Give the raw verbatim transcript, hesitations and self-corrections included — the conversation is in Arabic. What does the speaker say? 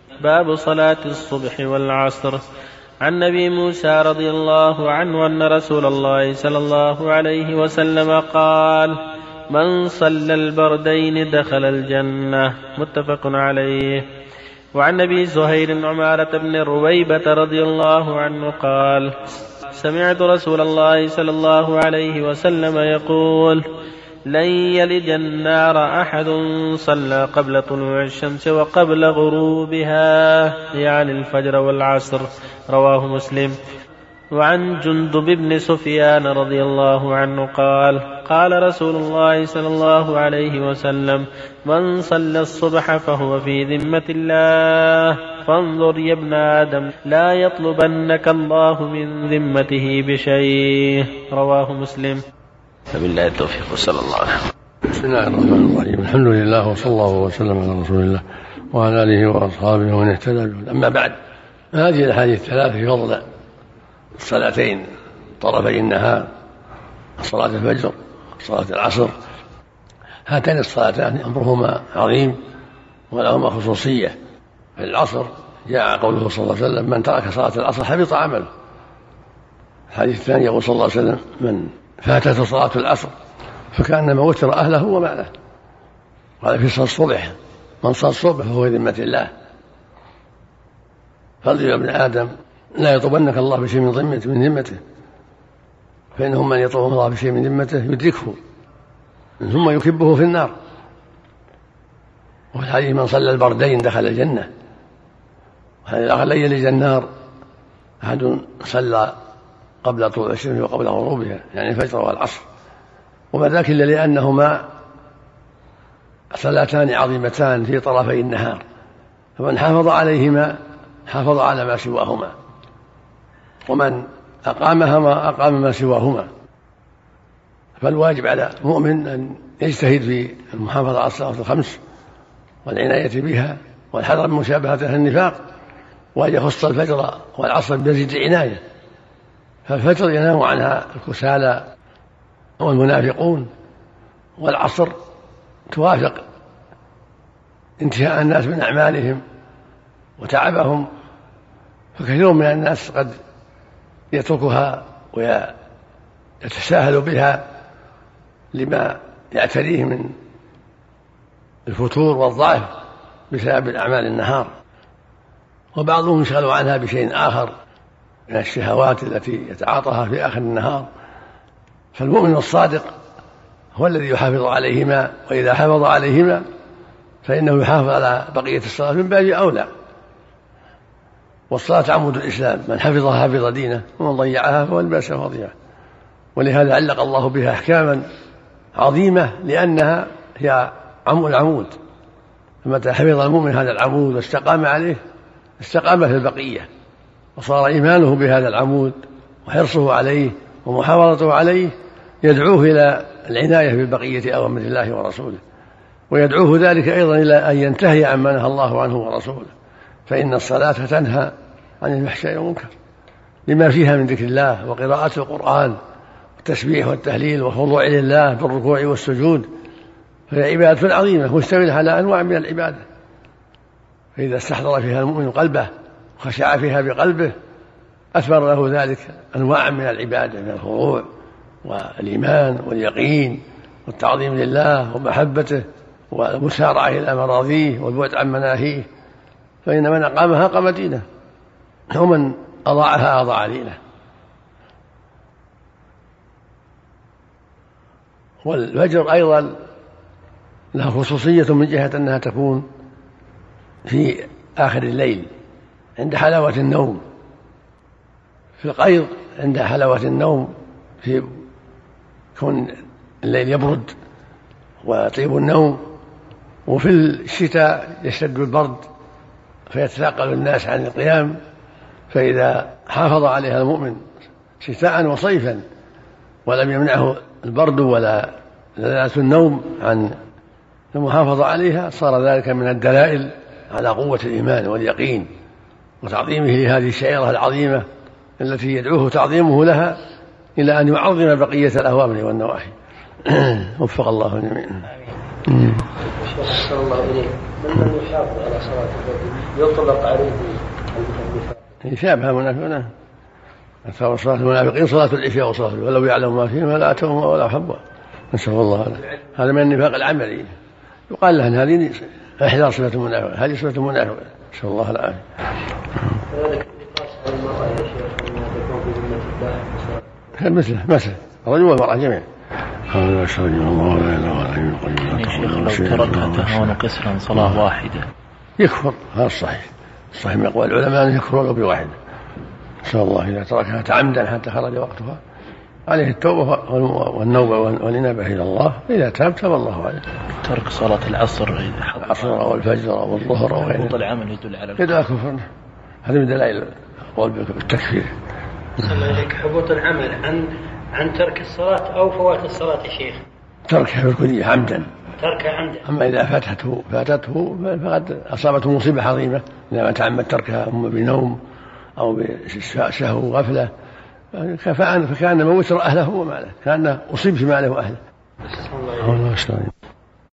باب صلاة الصبح والعصر. عن نبي موسى رضي الله عنه أن رسول الله صلى الله عليه وسلم قال: من صلى البردين دخل الجنة. متفق عليه. وعن أبي زهير عمارة بن رويبة رضي الله عنه قال: سمعت رسول الله صلى الله عليه وسلم يقول: لن يلج النار أحد صلى قبل طلوع الشمس وقبل غروبها، يعني الفجر والعصر. رواه مسلم. وعن جندب بن سفيان رضي الله عنه قال: قال رسول الله صلى الله عليه وسلم: من صلى الصبح فهو في ذمة الله، فانظر يا ابن آدم لا يطلبنك الله من ذمته بشيء. رواه مسلم. فبالله التوفيق وصلى الله عليه وسلم. بسم الله الرحمن الرحيم. الحمد لله وصلى الله وسلم على رسول الله وعلى آله وأصحابه ومن اهتدى به. أما بعد، هذه الأحاديث الثلاث في فضل الصلاتين طرفي النهار، صلاة الفجر صلاة العصر. هاتان الصلاتان أمرهما عظيم ولهما خصوصية. في العصر جاء قوله صلى الله عليه وسلم: من ترك صلاة العصر حبط عمله. الحديث الثاني يقول صلى الله عليه وسلم: من فاتته صلاة العصر فكأنما وتر أهله وماله. قال في صلاة الصبح: من صلى الصبح فهو في ذمة الله، فانظر يا ابن آدم لا يطلبنك الله بشيء من ذمته من ذمته فإنه من يطلب الله بشيء من ذمته يدركه ثم يكبه في النار. وفي الحديث: من صلى البردين دخل الجنة. لن يلج النار أحد صلى قبل طلوع الشمس وقبل غروبها، يعني الفجر والعصر. وما ذاك إلا لأنهما صلاتان عظيمتان في طرفي النهار، فمن حافظ عليهما حافظ على ما سواهما، ومن أقامهما أقام ما سواهما. فالواجب على المؤمن أن يجتهد في المحافظة على الصلاة الخمس والعناية بها والحذر من مشابهتها النفاق، وأن يخص الفجر والعصر بمزيد العناية. فالفجر ينام عنها الكسالى والمنافقون، والعصر توافق انتهاء الناس من أعمالهم وتعبهم، فكثير من الناس قد يتركها ويتساهل بها لما يعتريه من الفتور والضعف بسبب الأعمال النهار، وبعضهم يشغل عنها بشيء آخر من الشهوات التي يتعاطاها في آخر النهار. فالمؤمن الصادق هو الذي يحافظ عليهما، وإذا حافظ عليهما فإنه يحافظ على بقية الصلاة من باب أولى. والصلاة عمود الإسلام، من حفظها حفظ دينه ومن ضيعها فهو الباس فضيعه. ولهذا علق الله بها أحكاما عظيمة لأنها هي عمود العمود، فمتى حفظ المؤمن هذا العمود واستقام عليه استقام في البقية، وصار إيمانه بهذا العمود وحرصه عليه ومحافظته عليه يدعوه إلى العناية ببقية أوامر الله ورسوله، ويدعوه ذلك أيضا إلى أن ينتهي عما نهى الله عنه ورسوله. فإن الصلاة تنهى عن الفحشاء والمنكر لما فيها من ذكر الله وقراءة القرآن والتسبيح والتهليل والخضوع لله بالركوع والسجود، فهي عبادة عظيمة مشتملة على أنواع من العبادة. فإذا استحضر فيها المؤمن قلبه وخشع فيها بقلبه أثمر له ذلك أنواع من العبادة، من الخضوع والإيمان واليقين والتعظيم لله ومحبته والمسارعة إلى مراضيه والبعد عن مناهيه. فإن من أقامها قام دينه، ومن أضاعها أضاع دينه. والفجر أيضا لها خصوصية من جهة أنها تكون في آخر الليل عند حلاوة النوم، في القيض عند حلاوة النوم، في كون الليل يبرد ويطيب النوم، وفي الشتاء يشتد البرد فيتثاقل الناس عن القيام. فإذا حافظ عليها المؤمن شتاء وصيفا ولم يمنعه البرد ولا لذات النوم عن المحافظة عليها، صار ذلك من الدلائل على قوة الإيمان واليقين وتعظيمه لهذه الشعيرة العظيمة التي يدعوه تعظيمه لها إلى أن يعظم بقية الأوامر والنواهي. وفق الله الجميع. أحسن الله إليك. من يحافظ على صلاة الفجر يطلق عليه النفاق. يشابه المنافقين. صلاة المنافقين صلاة العشاء وصلاة ولو يعلم ما فيهم لا أتوهم ولا حبوا. نسأل الله هذا. هذا من النفاق العملي. يقال له أن هذه إحدى صفة المنافق، هذه صفة المنافق. نسأل الله العافية. كذلك يقاس على المرأة يا شيخ أنها تكون في ذمة الله مثله مثله الرجل والمرأة جميعا. هذا أشهد أن الله لا إله إلا هو الشيخ لو تركها تهون كسرا صلاة واحدة يكفر. هذا الصحيح. الصحيح من أقوال العلماء أن يكفر ولو بواحد. نسأل الله إذا تركها تعمدا حتى خرج وقتها عليه التوبة والنوبة والإنابة إلى الله. إذا تاب تاب الله عليه. ترك صلاة العصر العصر والفجر والظهر وغيره حبوط العمل يدل على يدل كفر. هذا من دلائل القول بالتكفير. حبوط العمل عن عن ترك الصلاة أو فوات الصلاة يا شيخ؟ تركها بالكلية عمدا. تركها عمدا. أما إذا فاتته فاتته فقد أصابته مصيبة عظيمة إذا تعمد تركها أما بنوم أو بسهو غفلة فكان موت أهله وماله، كان أصيب في ماله وأهله. الله